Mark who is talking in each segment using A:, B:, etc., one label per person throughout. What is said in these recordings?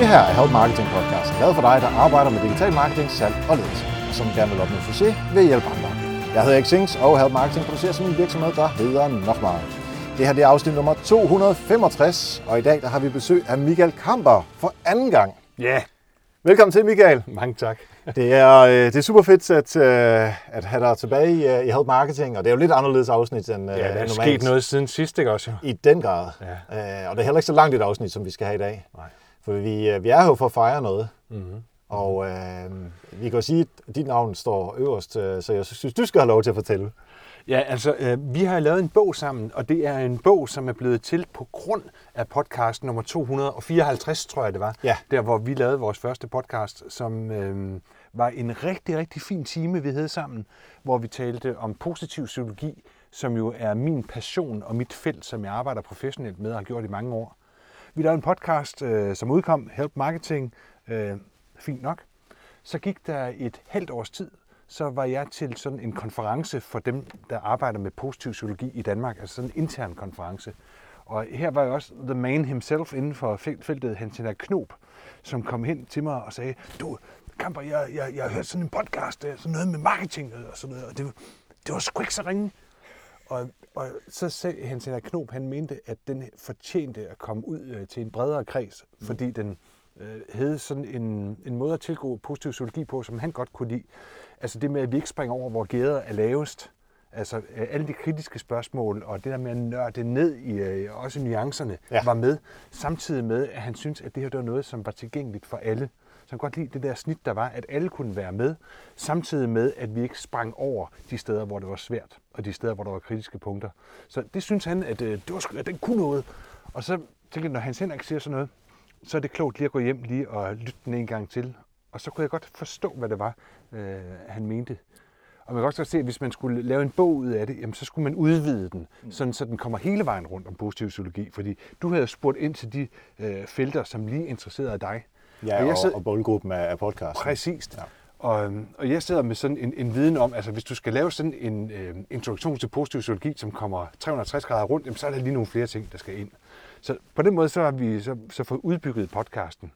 A: Det her er Help Marketing podcasten, lavet for dig, der arbejder med digital marketing, salg og ledelse, og som gerne vil opnå succes ved at hjælpe andre. Jeg hedder Xings, og Help Marketing producerer som en virksomhed, der hedder nok meget. Det her det er afsnit nummer 265, og i dag der har vi besøg af Michael Kamper for anden gang.
B: Ja. Yeah.
A: Velkommen til, Michael.
B: Mange tak.
A: Det er super fedt at have dig tilbage i Help Marketing, og det er jo lidt anderledes afsnit end normalt.
B: Ja, der er sket noget siden sidst, ikke også?
A: I den grad. Ja. Og det er heller ikke så langt et afsnit, som vi skal have i dag.
B: Nej.
A: For vi er her for at fejre noget.
B: Mm-hmm.
A: Og vi kan jo sige, at dit navn står øverst, så jeg synes, du skal have lov til at fortælle.
B: Ja, altså, vi har lavet en bog sammen, og det er en bog, som er blevet til på grund af podcast nummer 254, tror jeg det var.
A: Ja.
B: Der, hvor vi lavede vores første podcast, som var en rigtig, rigtig fin time, vi havde sammen, hvor vi talte om positiv psykologi, som jo er min passion og mit felt, som jeg arbejder professionelt med og har gjort i mange år. Vi lavede en podcast, som udkom, Help Marketing, fint nok. Så gik der et halvt års tid, så var jeg til sådan en konference for dem, der arbejder med positiv psykologi i Danmark, altså sådan en intern konference. Og her var jo også the man himself inden for feltet, Hans Henrik Knob, som kom hen til mig og sagde, du, Kamper, jeg har hørt sådan en podcast, sådan noget med marketing og sådan noget, og det var sgu ikke så ringe. Og så sagde Hans Henrik Knob, han mente, at den fortjente at komme ud til en bredere kreds, fordi den havde sådan en måde at tilgå positiv psykologi på, som han godt kunne lide. Altså det med, at vi ikke springer over, hvor gæder er lavest. Altså alle de kritiske spørgsmål, og det der med at nørde ned i også nuancerne, var med. Samtidig med, at han syntes, at det her var noget, som var tilgængeligt for alle. Så han kunne godt lide det der snit, der var, at alle kunne være med. Samtidig med, at vi ikke sprang over de steder, hvor det var svært, og de steder, hvor der var kritiske punkter. Så det synes han, at den kunne noget. Og så tænkte jeg, når Hans Henrik siger sådan noget, så er det klogt lige at gå hjem lige og lytte den en gang til. Og så kunne jeg godt forstå, hvad det var, han mente. Og man kan også se, at hvis man skulle lave en bog ud af det, jamen, så skulle man udvide den, sådan, så den kommer hele vejen rundt om positiv psykologi. Fordi du havde spurgt ind til de felter, som lige interesserede dig.
A: Ja, og målgruppen af podcasten.
B: Præcist. Ja. Og jeg sidder med sådan en viden om, altså hvis du skal lave sådan en introduktion til positiv psykologi, som kommer 360 grader rundt, jamen, så er der lige nogle flere ting, der skal ind. Så på den måde så har vi så fået udbygget podcasten.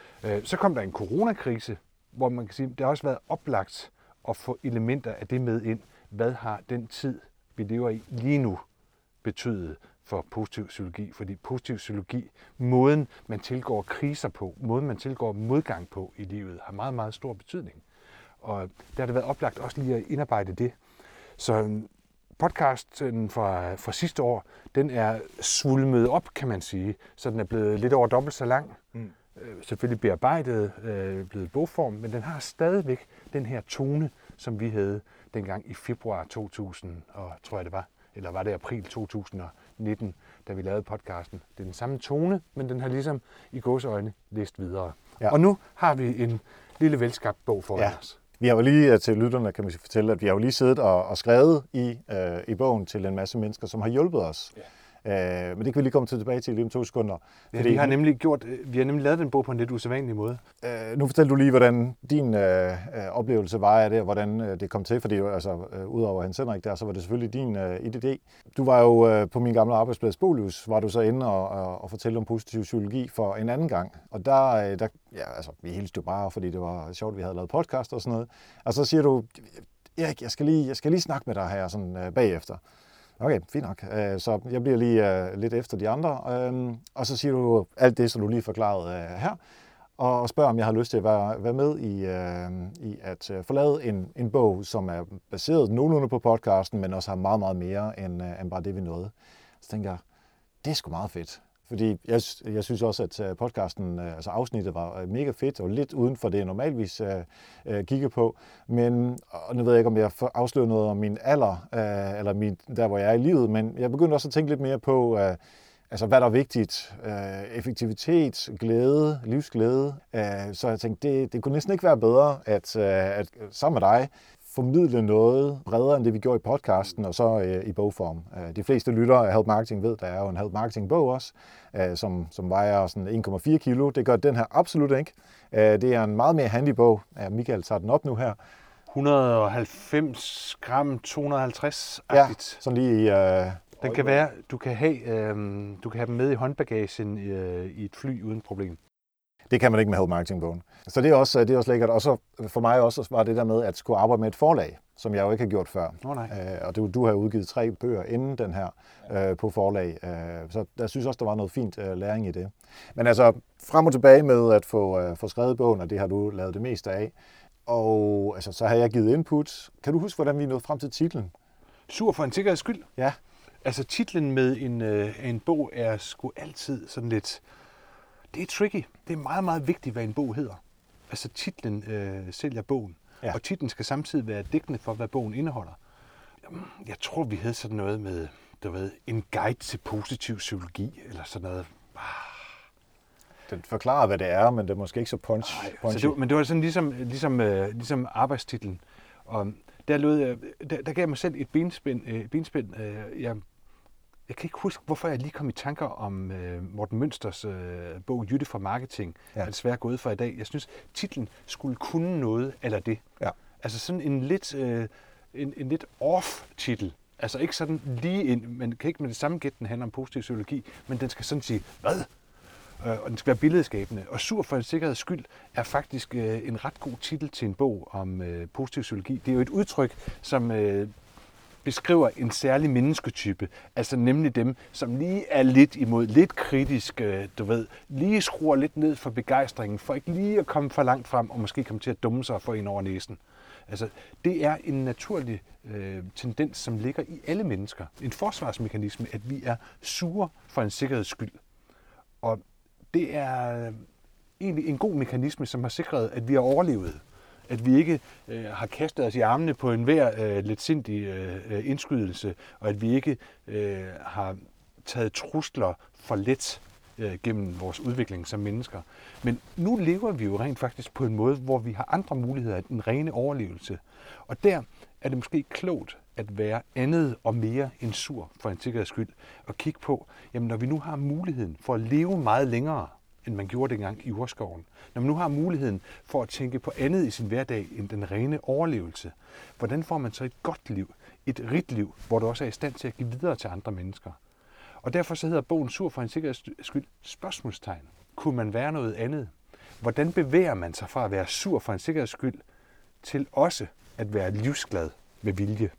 B: Så kom der en coronakrise, hvor man kan sige, det har også været oplagt at få elementer af det med ind. Hvad har den tid, vi lever i lige nu, betydet for positiv psykologi? Fordi positiv psykologi, måden man tilgår kriser på, måden man tilgår modgang på i livet, har meget, meget stor betydning. Og der har det været oplagt også lige at indarbejde det. Så podcasten fra sidste år, den er svulmet op, kan man sige, så den er blevet lidt over dobbelt så lang. Selvfølgelig bearbejdet, blevet bogform, men den har stadigvæk den her tone, som vi havde dengang i februar 2000, og tror jeg det var, eller var det april 2019, da vi lavede podcasten. Det er den samme tone, men den har ligesom i gåseøjne læst videre. Ja. Og nu har vi en lille velskabt bog for os.
A: Vi har jo lige til lytterne, kan man fortælle, at vi har jo lige siddet og skrevet i bogen til en masse mennesker, som har hjulpet os. Ja. Men det kan vi lige komme tilbage til lige om 2 sekunder.
B: Ja, vi har nemlig lavet den bog på en lidt usædvanlig måde.
A: Nu fortæller du lige, hvordan din oplevelse var af det, og hvordan det kom til, fordi altså, udover Hans Henrik der, så var det selvfølgelig din idé. Du var jo på min gamle arbejdsplads Bolius, var du så inde og fortælle om positiv psykologi for en anden gang. Og der vi hilste jo bare, fordi det var sjovt, at vi havde lavet podcast og sådan noget. Og så siger du, Erik, jeg skal lige snakke med dig her sådan bagefter. Okay, fint nok. Så jeg bliver lige lidt efter de andre, og så siger du alt det, som du lige forklarede her, og spørger, om jeg har lyst til at være med i at få lavet en bog, som er baseret nogenlunde på podcasten, men også har meget, meget mere end bare det, vi nåede. Så tænker jeg, det er sgu meget fedt. Fordi jeg synes også, at podcasten, altså afsnittet var mega fedt, og lidt uden for det, jeg normalvis kigger på. Men, og nu ved jeg ikke, om jeg afslører noget om min alder, eller der, hvor jeg er i livet, men jeg begyndte også at tænke lidt mere på, altså hvad der er vigtigt. Effektivitet, glæde, livsglæde. Så jeg tænkte, det kunne næsten ikke være bedre, at sammen med dig, formidle noget bredere end det, vi gjorde i podcasten, og så i bogform. De fleste lyttere af Help Marketing ved, der er jo en Help Marketing-bog også, som vejer sådan 1,4 kilo. Det gør den her absolut ikke. Det er en meget mere handy bog. Michael tager den op nu her.
B: 190 gram, 250-agtigt.
A: Ja, sådan lige...
B: Den kan være, du kan have dem med i håndbagagen i et fly uden problem.
A: Det kan man ikke med Help Marketing-bogen. Så det er også lækkert. Og så for mig også var det der med at skulle arbejde med et forlag, som jeg jo ikke har gjort før. Og du har udgivet 3 bøger inden den her på forlag. Så jeg synes også, der var noget fint læring i det. Men altså frem og tilbage med at få skrevet bogen, og det har du lavet det meste af. Og altså, så har jeg givet input. Kan du huske, hvordan vi nåede frem til titlen?
B: Sur for en sikkerheds skyld?
A: Ja.
B: Altså titlen med en bog er sgu altid sådan lidt... Det er tricky. Det er meget, meget vigtigt, hvad en bog hedder. Altså titlen sælger bogen. Ja. Og titlen skal samtidig være dækkende for, hvad bogen indeholder. Jeg tror, vi havde sådan noget med, en guide til positiv psykologi, eller sådan noget.
A: Den forklarer, hvad det er, men det er måske ikke så punchy.
B: Men det var sådan ligesom arbejdstitlen. Og der gav jeg mig selv et benspænd. Jeg kan ikke huske, hvorfor jeg lige kom i tanker om Morten Mønsters bog Jytte fra Marketing. Ja. Er desværre gået for i dag. Jeg synes, titlen skulle kunne noget eller det. Ja. Altså sådan en lidt off-titel. Altså ikke sådan lige ind, man kan ikke med det samme gætte, den handler om positiv psykologi, men den skal sådan sige, hvad? Og den skal være billedskabende. Og Sur for en sikkerheds skyld er faktisk en ret god titel til en bog om positiv psykologi. Det er jo et udtryk, som beskriver en særlig mennesketype, altså nemlig dem, som lige er lidt imod, lidt kritisk, lige skruer lidt ned for begejstringen, for ikke lige at komme for langt frem, og måske komme til at dumme sig og få en over næsen. Altså, det er en naturlig tendens, som ligger i alle mennesker. En forsvarsmekanisme, at vi er sure for en sikkerheds skyld. Og det er egentlig en god mekanisme, som har sikret, at vi har overlevet. At vi ikke har kastet os i armene på enhver letsindig indskydelse, og at vi ikke har taget trusler for let gennem vores udvikling som mennesker. Men nu lever vi jo rent faktisk på en måde, hvor vi har andre muligheder end en rene overlevelse. Og der er det måske klogt at være andet og mere end sur for en sikkerheds skyld, og kigge på, jamen når vi nu har muligheden for at leve meget længere, end man gjorde dengang i urskoven. Når man nu har muligheden for at tænke på andet i sin hverdag end den rene overlevelse, hvordan får man så et godt liv, et rigt liv, hvor du også er i stand til at give videre til andre mennesker? Og derfor så hedder bogen Sur for en sikkerheds skyld spørgsmålstegn. Kunne man være noget andet? Hvordan bevæger man sig fra at være sur for en sikkerheds skyld til også at være livsglad med vilje?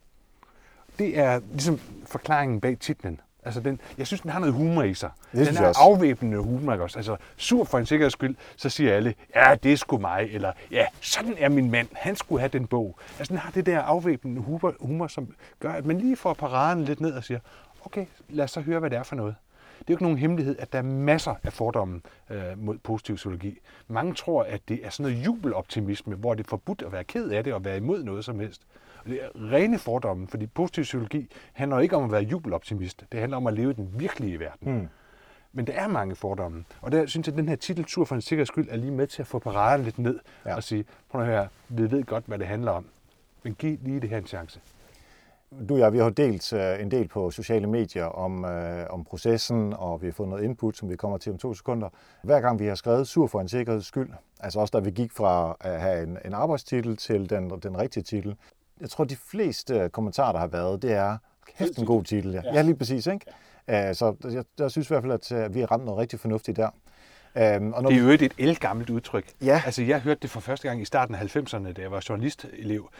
B: Det er ligesom forklaringen bag titlen. Altså jeg synes, den har noget humor i sig. Den er afvæbnende humor, ikke også? Altså, sur for en sikkerheds skyld, så siger alle, ja, det er sgu mig, eller ja, sådan er min mand, han skulle have den bog. Altså, den har det der afvæbnende humor, som gør, at man lige får paraden lidt ned og siger, okay, lad os så høre, hvad det er for noget. Det er jo ikke nogen hemmelighed, at der er masser af fordomme mod positiv psykologi. Mange tror, at det er sådan noget jubeloptimisme, hvor det er forbudt at være ked af det og være imod noget som helst. Og det er rene fordomme, fordi positiv psykologi handler ikke om at være jubeloptimist. Det handler om at leve i den virkelige verden. Men der er mange fordomme. Og der synes jeg, at den her titel, Sur for en sikkerheds skyld, er lige med til at få paraden lidt ned og sige, prøv at høre, vi ved godt, hvad det handler om. Men giv lige det her en chance.
A: Du og jeg, vi har delt en del på sociale medier om processen, og vi har fået noget input, som vi kommer til om 2 sekunder. Hver gang vi har skrevet Sur for en sikkerheds skyld, altså også da vi gik fra at have en arbejdstitel til den rigtige titel, jeg tror, de fleste kommentarer, der har været, det er kæft en god titel. Ja, lige præcis, ikke? Så jeg synes i hvert fald, at vi har ramt noget rigtig fornuftigt der.
B: Det er jo et ældgammelt udtryk.
A: Ja.
B: Altså, jeg hørte det for første gang i starten af 90'erne, da jeg var journalistelev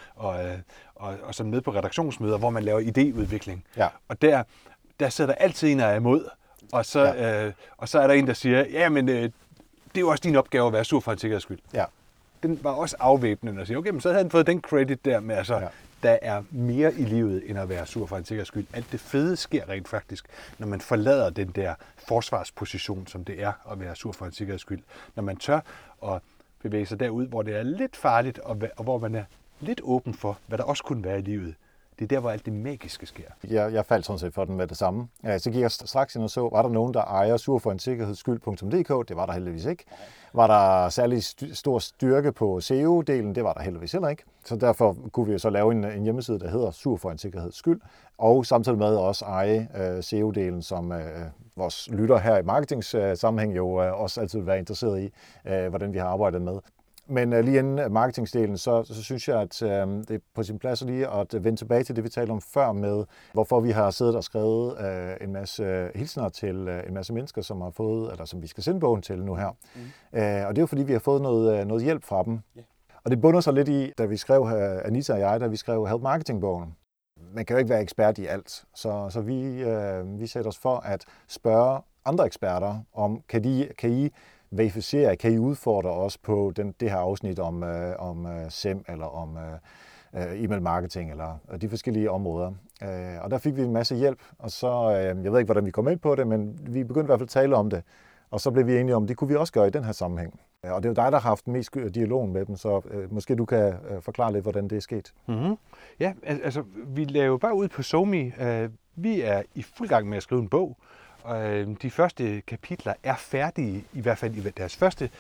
B: og sådan med på redaktionsmøder, hvor man laver idéudvikling. Ja. Og der sidder der altid en, der er imod, og så er der en, der siger, ja, men det er jo også din opgave at være sur for en sikkerheds skyld. Ja. Den var også afvæbnende og sige, okay, men så havde han fået den credit der med, altså, der er mere i livet, end at være sur for en sikkerheds skyld. Alt det fede sker rent faktisk, når man forlader den der forsvarsposition, som det er at være sur for en sikkerheds skyld. Når man tør at bevæge sig derud, hvor det er lidt farligt, og hvor man er lidt åben for, hvad der også kunne være i livet. Det er der, hvor alt det magiske sker.
A: Jeg faldt sådan set for den med det samme. Så gik jeg straks ind og så, var der nogen, der ejer surforensikkerhedsskyld.dk? Det var der heldigvis ikke. Var der særlig stor styrke på SEO-delen? Det var der heldigvis heller ikke. Så derfor kunne vi jo så lave en hjemmeside, der hedder Sur for en sikkerheds skyld, og samtidig med også eje SEO-delen, som vores lytter her i marketingssammenhæng jo også altid vil være interesseret i, hvordan vi har arbejdet med. Men lige inden marketingdelen, så synes jeg, at det er på sin plads lige at vende tilbage til det, vi talte om før med, hvorfor vi har siddet og skrevet en masse hilsner til en masse mennesker, som har fået, eller som vi skal sende bogen til nu her. Og det er jo fordi, vi har fået noget hjælp fra dem. Yeah. Og det bunder sig lidt i, da vi skrev, Anita og jeg, da vi skrev Help Marketing-bogen. Man kan jo ikke være ekspert i alt, så vi sætter os for at spørge andre eksperter om, kan I verificere, kan I udfordre os på det her afsnit om SEM eller om e-mail marketing eller de forskellige områder. Og der fik vi en masse hjælp, og så, jeg ved ikke, hvordan vi kom ind på det, men vi begyndte i hvert fald at tale om det, og så blev vi enige om, det kunne vi også gøre i den her sammenhæng. Og det er jo dig, der har haft mest dialogen med dem, så måske du kan forklare lidt, hvordan det er sket.
B: Mm-hmm. Ja, altså vi laver bare ud på SoMe. Vi er i fuld gang med at skrive en bog, og de første kapitler er færdige, i hvert fald i deres første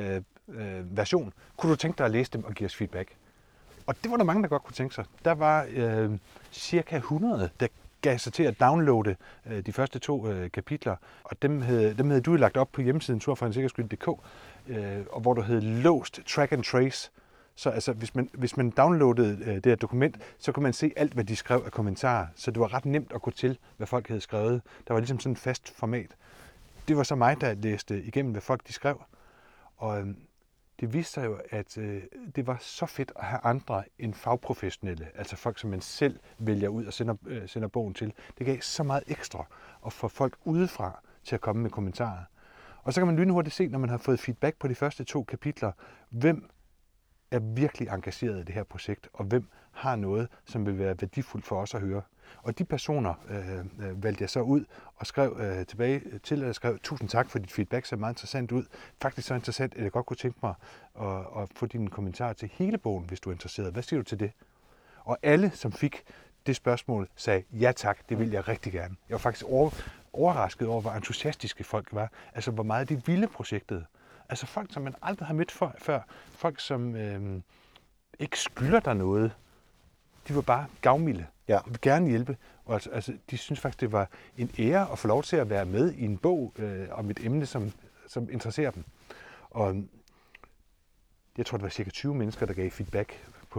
B: version. Kunne du tænke dig at læse dem og give os feedback? Og det var der mange, der godt kunne tænke sig. Der var cirka 100, der gav sig til at downloade de første 2 kapitler, og dem havde du lagt op på hjemmesiden turforhensikkerhedsskyld.dk, og hvor du hed låst track and trace. Så altså, hvis man downloadede det her dokument, så kunne man se alt, hvad de skrev af kommentarer. Så det var ret nemt at gå til, hvad folk havde skrevet. Der var ligesom sådan et fast format. Det var så mig, der læste igennem, hvad folk de skrev. Og det viste sig jo, at det var så fedt at have andre end fagprofessionelle, altså folk, som man selv vælger ud og sender bogen til. Det gav så meget ekstra at få folk udefra til at komme med kommentarer. Og så kan man lynhurtigt se, når man har fået feedback på de første 2 kapitler, hvem er virkelig engageret i det her projekt, og hvem har noget, som vil være værdifuldt for os at høre. Og de personer valgte jeg så ud og skrev tilbage til, og skrev, tusind tak for dit feedback, ser meget interessant ud. Faktisk så interessant, at jeg godt kunne tænke mig at få dine kommentarer til hele bogen, hvis du er interesseret. Hvad siger du til det? Og alle, som fik det spørgsmål, sagde, ja tak, det vil jeg rigtig gerne. Jeg var faktisk overrasket over, hvor entusiastiske folk var. Altså, hvor meget de ville projektet. Altså folk, som man aldrig har mødt før. Folk, som ikke skylder dig noget. De var bare gavmilde. Ja. Jeg vil gerne hjælpe. Og altså, de synes faktisk, det var en ære at få lov til at være med i en bog om et emne, som interesserer dem. Og jeg tror, det var cirka 20 mennesker, der gav feedback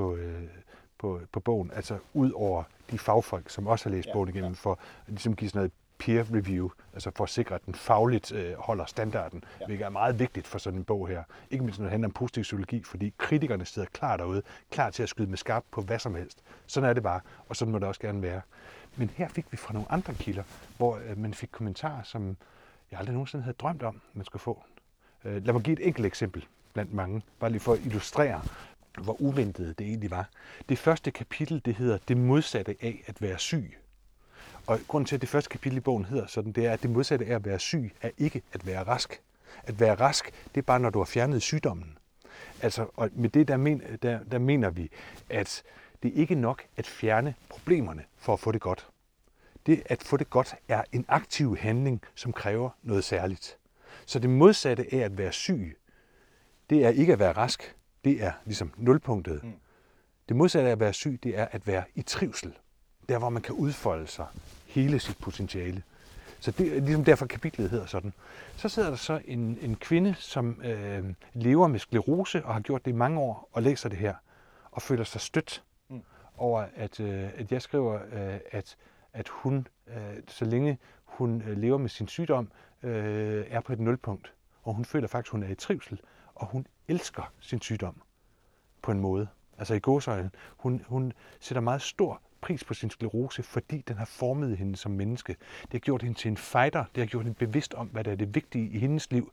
B: på bogen. Altså ud over de fagfolk, som også har læst bogen igennem, for at ligesom give sådan noget peer review, altså for at sikre, at den fagligt holder standarden, hvilket er meget vigtigt for sådan en bog her. Ikke mindst når det handler om positiv psykologi, fordi kritikerne sidder klar derude, klar til at skyde med skarpt på hvad som helst. Sådan er det bare, og sådan må det også gerne være. Men her fik vi fra nogle andre kilder, hvor man fik kommentarer, som jeg aldrig nogensinde havde drømt om, man skulle få. Lad mig give et enkelt eksempel blandt mange, bare lige for at illustrere, hvor uventet det egentlig var. Det første kapitel, det hedder det modsatte af at være syg. Og grunden til, at det første kapitel i bogen hedder sådan, det er, at det modsatte af at være syg er ikke at være rask. At være rask, det er bare, når du har fjernet sygdommen. Altså, og med det, der mener vi, at det er ikke nok at fjerne problemerne for at få det godt. Det at få det godt er en aktiv handling, som kræver noget særligt. Så det modsatte af at være syg, det er ikke at være rask. Det er ligesom nulpunktet. Det modsatte af at være syg, det er at være i trivsel. Der, hvor man kan udfolde sig hele sit potentiale. Så det er ligesom derfor kapitlet hedder sådan. Så sidder der så en kvinde, som lever med sklerose og har gjort det i mange år, og læser det her, og føler sig stødt over, at jeg skriver, at hun, så længe hun lever med sin sygdom, er på et nulpunkt. Og hun føler faktisk, at hun er i trivsel, og hun elsker sin sygdom på en måde. Altså i gåseøjne. Hun sætter meget stor pris på sin sklerose, fordi den har formet hende som menneske. Det har gjort hende til en fighter. Det har gjort hende bevidst om, hvad der er det vigtige i hendes liv.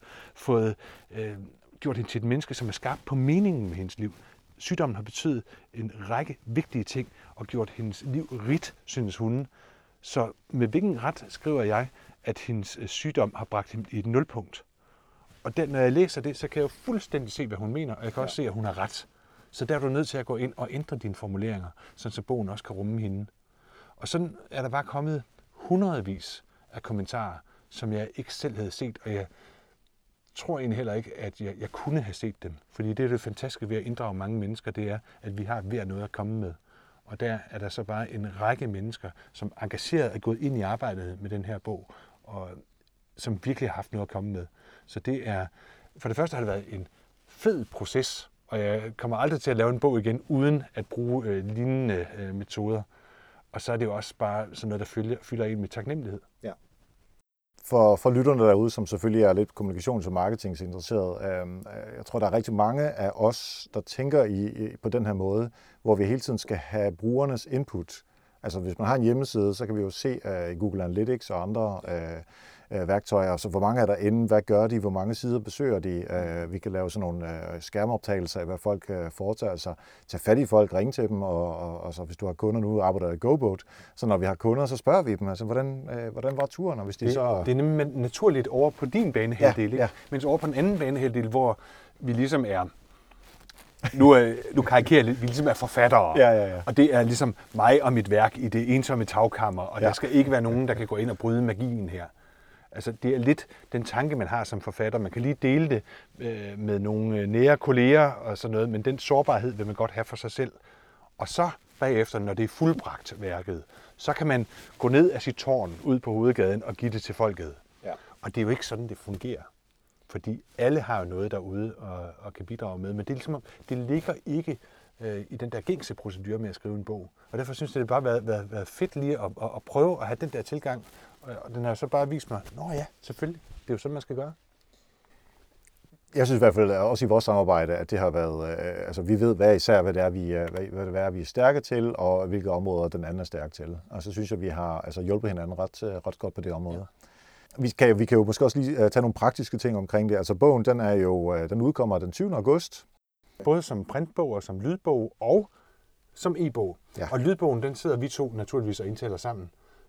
B: Gjort hende til et menneske, som er skarpt på meningen med hendes liv. Sygdommen har betydet en række vigtige ting og gjort hendes liv rigt, synes hun. Så med hvilken ret skriver jeg, at hendes sygdom har bragt hende i et nulpunkt? Og når jeg læser det, så kan jeg jo fuldstændig se, hvad hun mener, og jeg kan også se, at hun har ret. Så der er du nødt til at gå ind og ændre dine formuleringer, så bogen også kan rumme hende. Og sådan er der bare kommet hundredvis af kommentarer, som jeg ikke selv havde set, og jeg tror egentlig heller ikke, at jeg kunne have set dem. Fordi det er det fantastiske ved at inddrage mange mennesker, det er, at vi har hver noget at komme med. Og der er der så bare en række mennesker, som engageret er gået ind i arbejdet med den her bog, og som virkelig har haft noget at komme med. Så det er, for det første har det været en fed proces Og jeg kommer aldrig til at lave en bog igen, uden at bruge lignende metoder. Og så er det jo også bare sådan noget, der fylder en med taknemmelighed.
A: Ja. For lytterne derude, som selvfølgelig er lidt kommunikations- og marketingsinteresseret, jeg tror, der er rigtig mange af os, der tænker på den her måde, hvor vi hele tiden skal have brugernes input. Altså hvis man har en hjemmeside, så kan vi jo se i Google Analytics og andre værktøjer, så hvor mange er der inde, hvad gør de, hvor mange sider besøger de. Vi kan lave sådan nogle skærmoptagelser af, hvad folk foretager sig. Tage fat i folk, ringe til dem, og så hvis du har kunder nu, arbejder i GoBoat, så når vi har kunder, så spørger vi dem, altså hvordan var turen, og hvis de så...
B: Det er nemlig naturligt over på din banehalvdel,
A: ja.
B: Mens over på den anden banehalvdel, hvor vi ligesom er... Nu karikerer lidt, vi ligesom er forfattere,
A: ja.
B: Og det er ligesom mig og mit værk i det ensomme tagkammer, og der skal ikke være nogen, der kan gå ind og bryde magien her. Altså, det er lidt den tanke, man har som forfatter. Man kan lige dele det med nogle nære kolleger og sådan noget, men den sårbarhed vil man godt have for sig selv. Og så bagefter, når det er fuldbragt værket, så kan man gå ned af sit tårn ud på hovedgaden og give det til folket. Ja. Og det er jo ikke sådan, det fungerer. Fordi alle har jo noget derude og kan bidrage med, men det er ligesom, det ligger ikke i den der gængse procedure med at skrive en bog. Og derfor synes jeg, det bare været fedt lige at prøve at have den der tilgang. Og den har så bare vist mig, ja, selvfølgelig, det er jo sådan, man skal gøre.
A: Jeg synes i hvert fald også i vores samarbejde, at det har været, altså vi ved hvad det er, vi er stærke til, og hvilke områder den anden er stærk til. Og så synes jeg, vi har hjulpet hinanden ret godt på det område. Ja. Vi kan jo måske også lige tage nogle praktiske ting omkring det. Altså bogen, den udkommer den 20. august. Både som printbog og som lydbog og som e-bog. Ja. Og lydbogen, den sidder vi to naturligvis og indtaler sammen.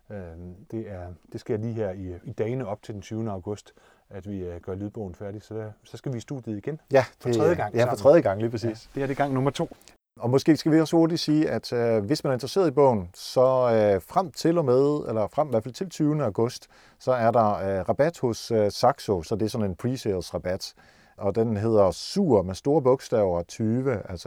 A: Det sker lige her i dagene op til den 20. august, at vi gør lydbogen færdig. Så skal vi i studiet igen. Ja, for tredje gang. Ja, for tredje gang lige præcis.
B: Ja, det er gang nummer 2.
A: Og måske skal vi også hurtigt sige, at hvis man er interesseret i bogen, så frem i hvert fald til 20. august, så er der rabat hos Saxo, så det er sådan en pre-sales rabat. Og den hedder SUR med store bogstaver 20, altså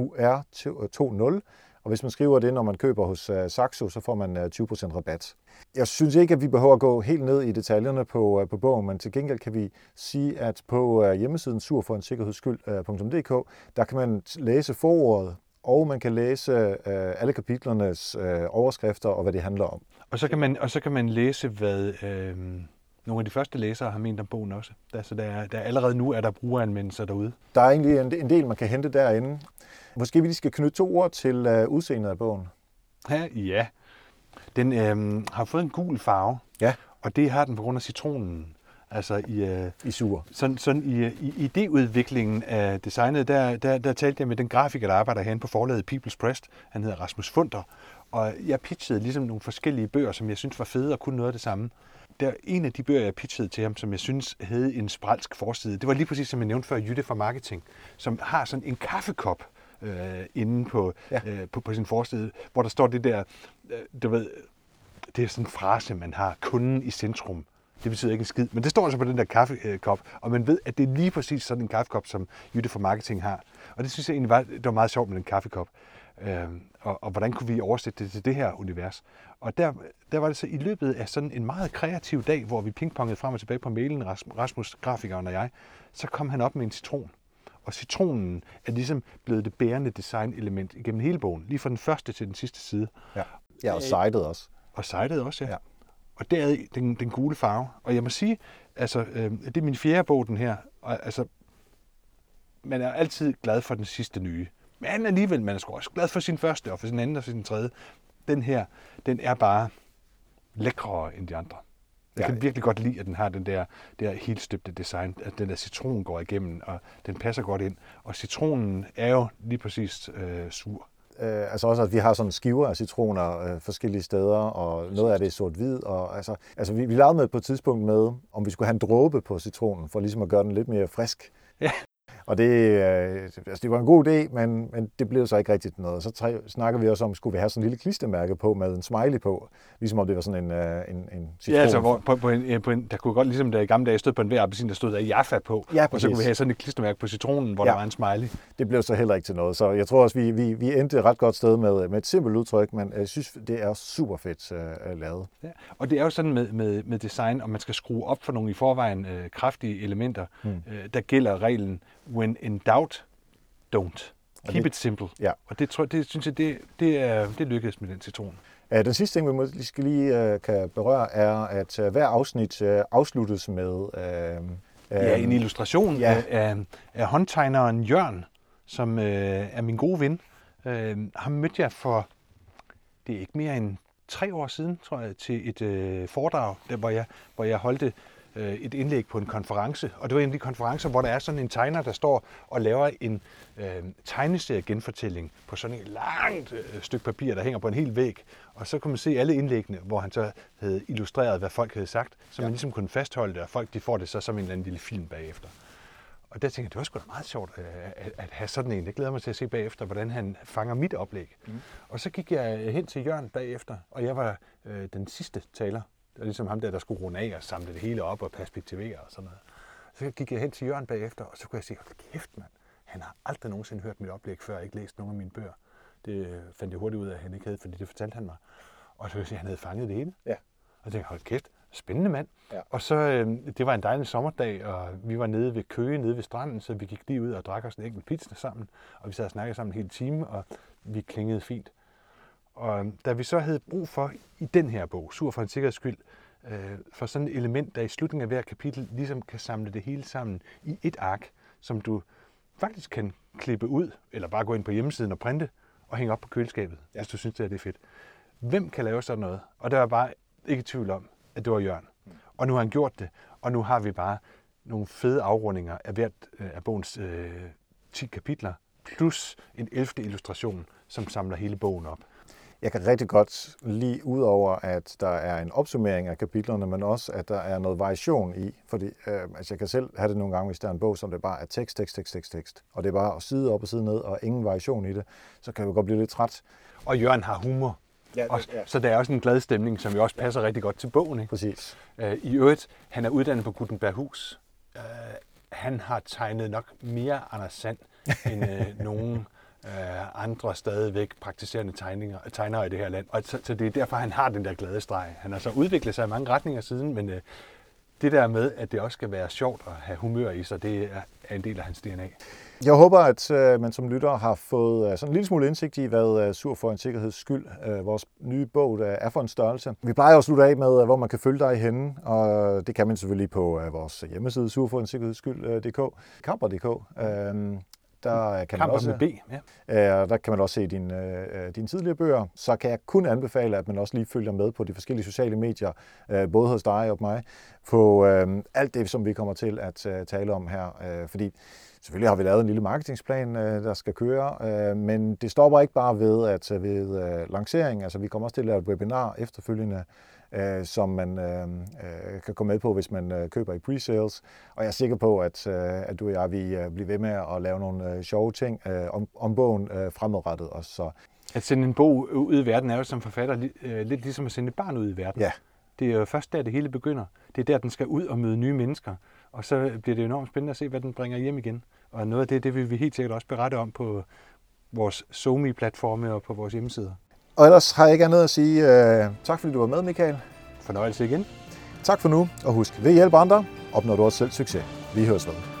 A: SUR 20. Og hvis man skriver det, når man køber hos Saxo, så får man 20% rabat. Jeg synes ikke, at vi behøver at gå helt ned i detaljerne på bogen, men til gengæld kan vi sige, at på hjemmesiden surforensikkerhedsskyld.dk, der kan man læse forordet, og man kan læse alle kapitlernes overskrifter og hvad det handler om.
B: Og så kan man læse, hvad nogle af de første læsere har ment om bogen også. Så der allerede nu er der brugeranmeldelser derude.
A: Der er egentlig en del, man kan hente derinde. Måske vi lige skal knytte 2 ord til udseendet af bogen.
B: Ja. Den har fået en gul farve, og det har den på grund af citronen. Altså
A: i SUR.
B: Sådan i idéudviklingen af designet, der talte jeg med den grafiker, der arbejder herinde på forlaget People's Press. Han hedder Rasmus Funder, og jeg pitchede ligesom nogle forskellige bøger, som jeg synes var fede og kunne noget af det samme. Der en af de bøger, jeg pitchede til ham, som jeg synes havde en spralsk forside, det var lige præcis, som jeg nævnte før, Jytte fra Marketing, som har sådan en kaffekop inde på sin forside, hvor der står det der, du ved, det er sådan en frase, man har, kunden i centrum. Det betyder ikke en skid, men det står altså på den der kaffekop, og man ved, at det er lige præcis sådan en kaffekop, som Jytte fra Marketing har. Og det synes jeg egentlig det var meget sjovt med den kaffekop. Og hvordan kunne vi oversætte det til det her univers? Og der var det så i løbet af sådan en meget kreativ dag, hvor vi pingpongede frem og tilbage på mailen, Rasmus, grafikeren og jeg, så kom han op med en citron. Og citronen er ligesom blevet det bærende designelement igennem hele bogen, lige fra den første til den sidste side.
A: Ja, og sejtet også.
B: Og sejtet også, ja. Og der er den gule farve. Og jeg må sige, altså, det er min 4. bog, den her. Og, altså, man er altid glad for den sidste nye. Men alligevel, man er sgu også glad for sin første, og for sin anden og for sin tredje. Den her, den er bare lækrere end de andre. Jeg kan virkelig godt lide, at den har den der helt støbte design, at den der citron går igennem, og den passer godt ind. Og citronen er jo lige præcis sur.
A: Altså også, at vi har sådan skiver af citroner forskellige steder, og noget af det er sort-hvid. Og altså vi lavede med på et tidspunkt med, om vi skulle have en dråbe på citronen, for ligesom at gøre den lidt mere frisk. Ja. Og det var en god idé, men det blev så ikke rigtigt noget. Så snakker vi også om, skulle vi have sådan en lille klistermærke på med en smiley på, ligesom om det var sådan en citron.
B: Ja, altså på en, der kunne godt, ligesom der i gamle dage stod på en hver appelsin, der stod der Jaffa på, og så kunne vi have sådan et klistermærke på citronen, hvor der var en smiley. Det
A: blev så heller ikke til noget, så jeg tror også, vi endte et ret godt sted med et simpelt udtryk, men jeg synes, det er super fedt lavet.
B: Ja. Og det er jo sådan med design, og man skal skrue op for nogle i forvejen kraftige elementer. Der gælder reglen, when in doubt, don't. Keep it simple.
A: Ja.
B: Og det synes jeg, det lykkedes med den citron.
A: Den sidste ting, vi skal lige kan berøre, er, at hver afsnit afsluttes med...
B: en illustration af håndtegneren Jørn, som er min gode ven. Ham mødte jeg for, det er ikke mere end 3 år siden, tror jeg, til et foredrag, hvor jeg holdte et indlæg på en konference. Og det var en af de konferencer, hvor der er sådan en tegner, der står og laver en tegneserie-genfortælling på sådan et langt stykke papir, der hænger på en hel væg. Og så kunne man se alle indlæggene, hvor han så havde illustreret, hvad folk havde sagt, så man ligesom kunne fastholde det, og folk de får det så som en eller anden lille film bagefter. Og der tænkte jeg, det var sgu da meget sjovt at have sådan en. Jeg glæder mig til at se bagefter, hvordan han fanger mit oplæg. Og så gik jeg hen til Jørn bagefter, og jeg var den sidste taler. Det var ligesom ham der skulle runde af og samle det hele op og perspektivere og sådan noget. Så gik jeg hen til Jørn bagefter, og så kunne jeg sige, hold kæft mand, han har aldrig nogensinde hørt mit oplæg før, og ikke læst nogen af mine bøger. Det fandt jeg hurtigt ud af, at han ikke havde, fordi det fortalte han mig. Og så kunne jeg sige, at han havde fanget det hele. Ja. Og jeg tænkte, hold kæft, spændende mand. Ja. Og så, det var en dejlig sommerdag, og vi var nede ved Køge, nede ved stranden, så vi gik lige ud og drak os en enkelt pizza sammen, og vi sad og snakkede sammen en hel time, og vi klingede fint. Og da vi så havde brug for i den her bog, Sur for en sikkerheds skyld, for sådan et element, der i slutningen af hver kapitel ligesom kan samle det hele sammen i et ark, som du faktisk kan klippe ud, eller bare gå ind på hjemmesiden og printe, og hænge op på køleskabet, hvis du synes, det er fedt. Hvem kan lave sådan noget? Og der var bare ikke tvivl om, at det var Jørn. Og nu har han gjort det, og nu har vi bare nogle fede afrundinger af hvert af bogens 10 kapitler, plus en 11. illustration, som samler hele bogen op.
A: Jeg kan rigtig godt lide, udover at der er en opsummering af kapitlerne, men også, at der er noget variation i. Fordi jeg kan selv have det nogle gange, hvis der er en bog, som det bare er tekst. Og det er bare side op og side ned, og ingen variation i det. Så kan jeg godt blive lidt træt.
B: Og Jørgen har humor. Ja. Så der er også en glad stemning, som jo også passer rigtig godt til bogen. Ikke?
A: Præcis.
B: I øvrigt, han er uddannet på Gutenberghus. Han har tegnet nok mere Anders Sand end nogen andre stadigvæk praktiserende tegnere i det her land. Og så det er derfor, han har den der glade streg. Han har så udviklet sig i mange retninger siden, men det der med, at det også skal være sjovt at have humør i sig, det er en del af hans DNA.
A: Jeg håber, at man som lytter har fået sådan en lille smule indsigt i, hvad Sur for en sikkerheds skyld, vores nye bog, er for en størrelse. Vi plejer at slutte af med, hvor man kan følge dig henne, og det kan man selvfølgelig på vores hjemmeside, surforensikkerhedsskyld.dk, kamper.dk. Der kan man også,
B: med B, ja.
A: Der kan man også se dine tidligere bøger. Så kan jeg kun anbefale, at man også lige følger med på de forskellige sociale medier, både hos dig og mig, på alt det, som vi kommer til at tale om her. Fordi selvfølgelig har vi lavet en lille marketingsplan, der skal køre, men det stopper ikke bare ved lancering. Altså, vi kommer også til at lave et webinar efterfølgende, som man kan komme med på, hvis man køber i pre-sales. Og jeg er sikker på, at du og jeg vil blive ved med at lave nogle sjove ting om bogen fremadrettet også. Så.
B: At sende en bog ud i verden er jo som forfatter lidt ligesom at sende et barn ud i verden.
A: Ja.
B: Det er jo først der, det hele begynder. Det er der, den skal ud og møde nye mennesker. Og så bliver det enormt spændende at se, hvad den bringer hjem igen. Og noget af det vil vi helt sikkert også berette om på vores SoMe-platforme og på vores hjemmesider.
A: Og ellers har jeg ikke andet at sige. Tak fordi du var med, Michael.
B: Fornøjelse igen.
A: Tak for nu, og husk, ved at hjælpe andre, opnår du også selv succes. Vi høres ved.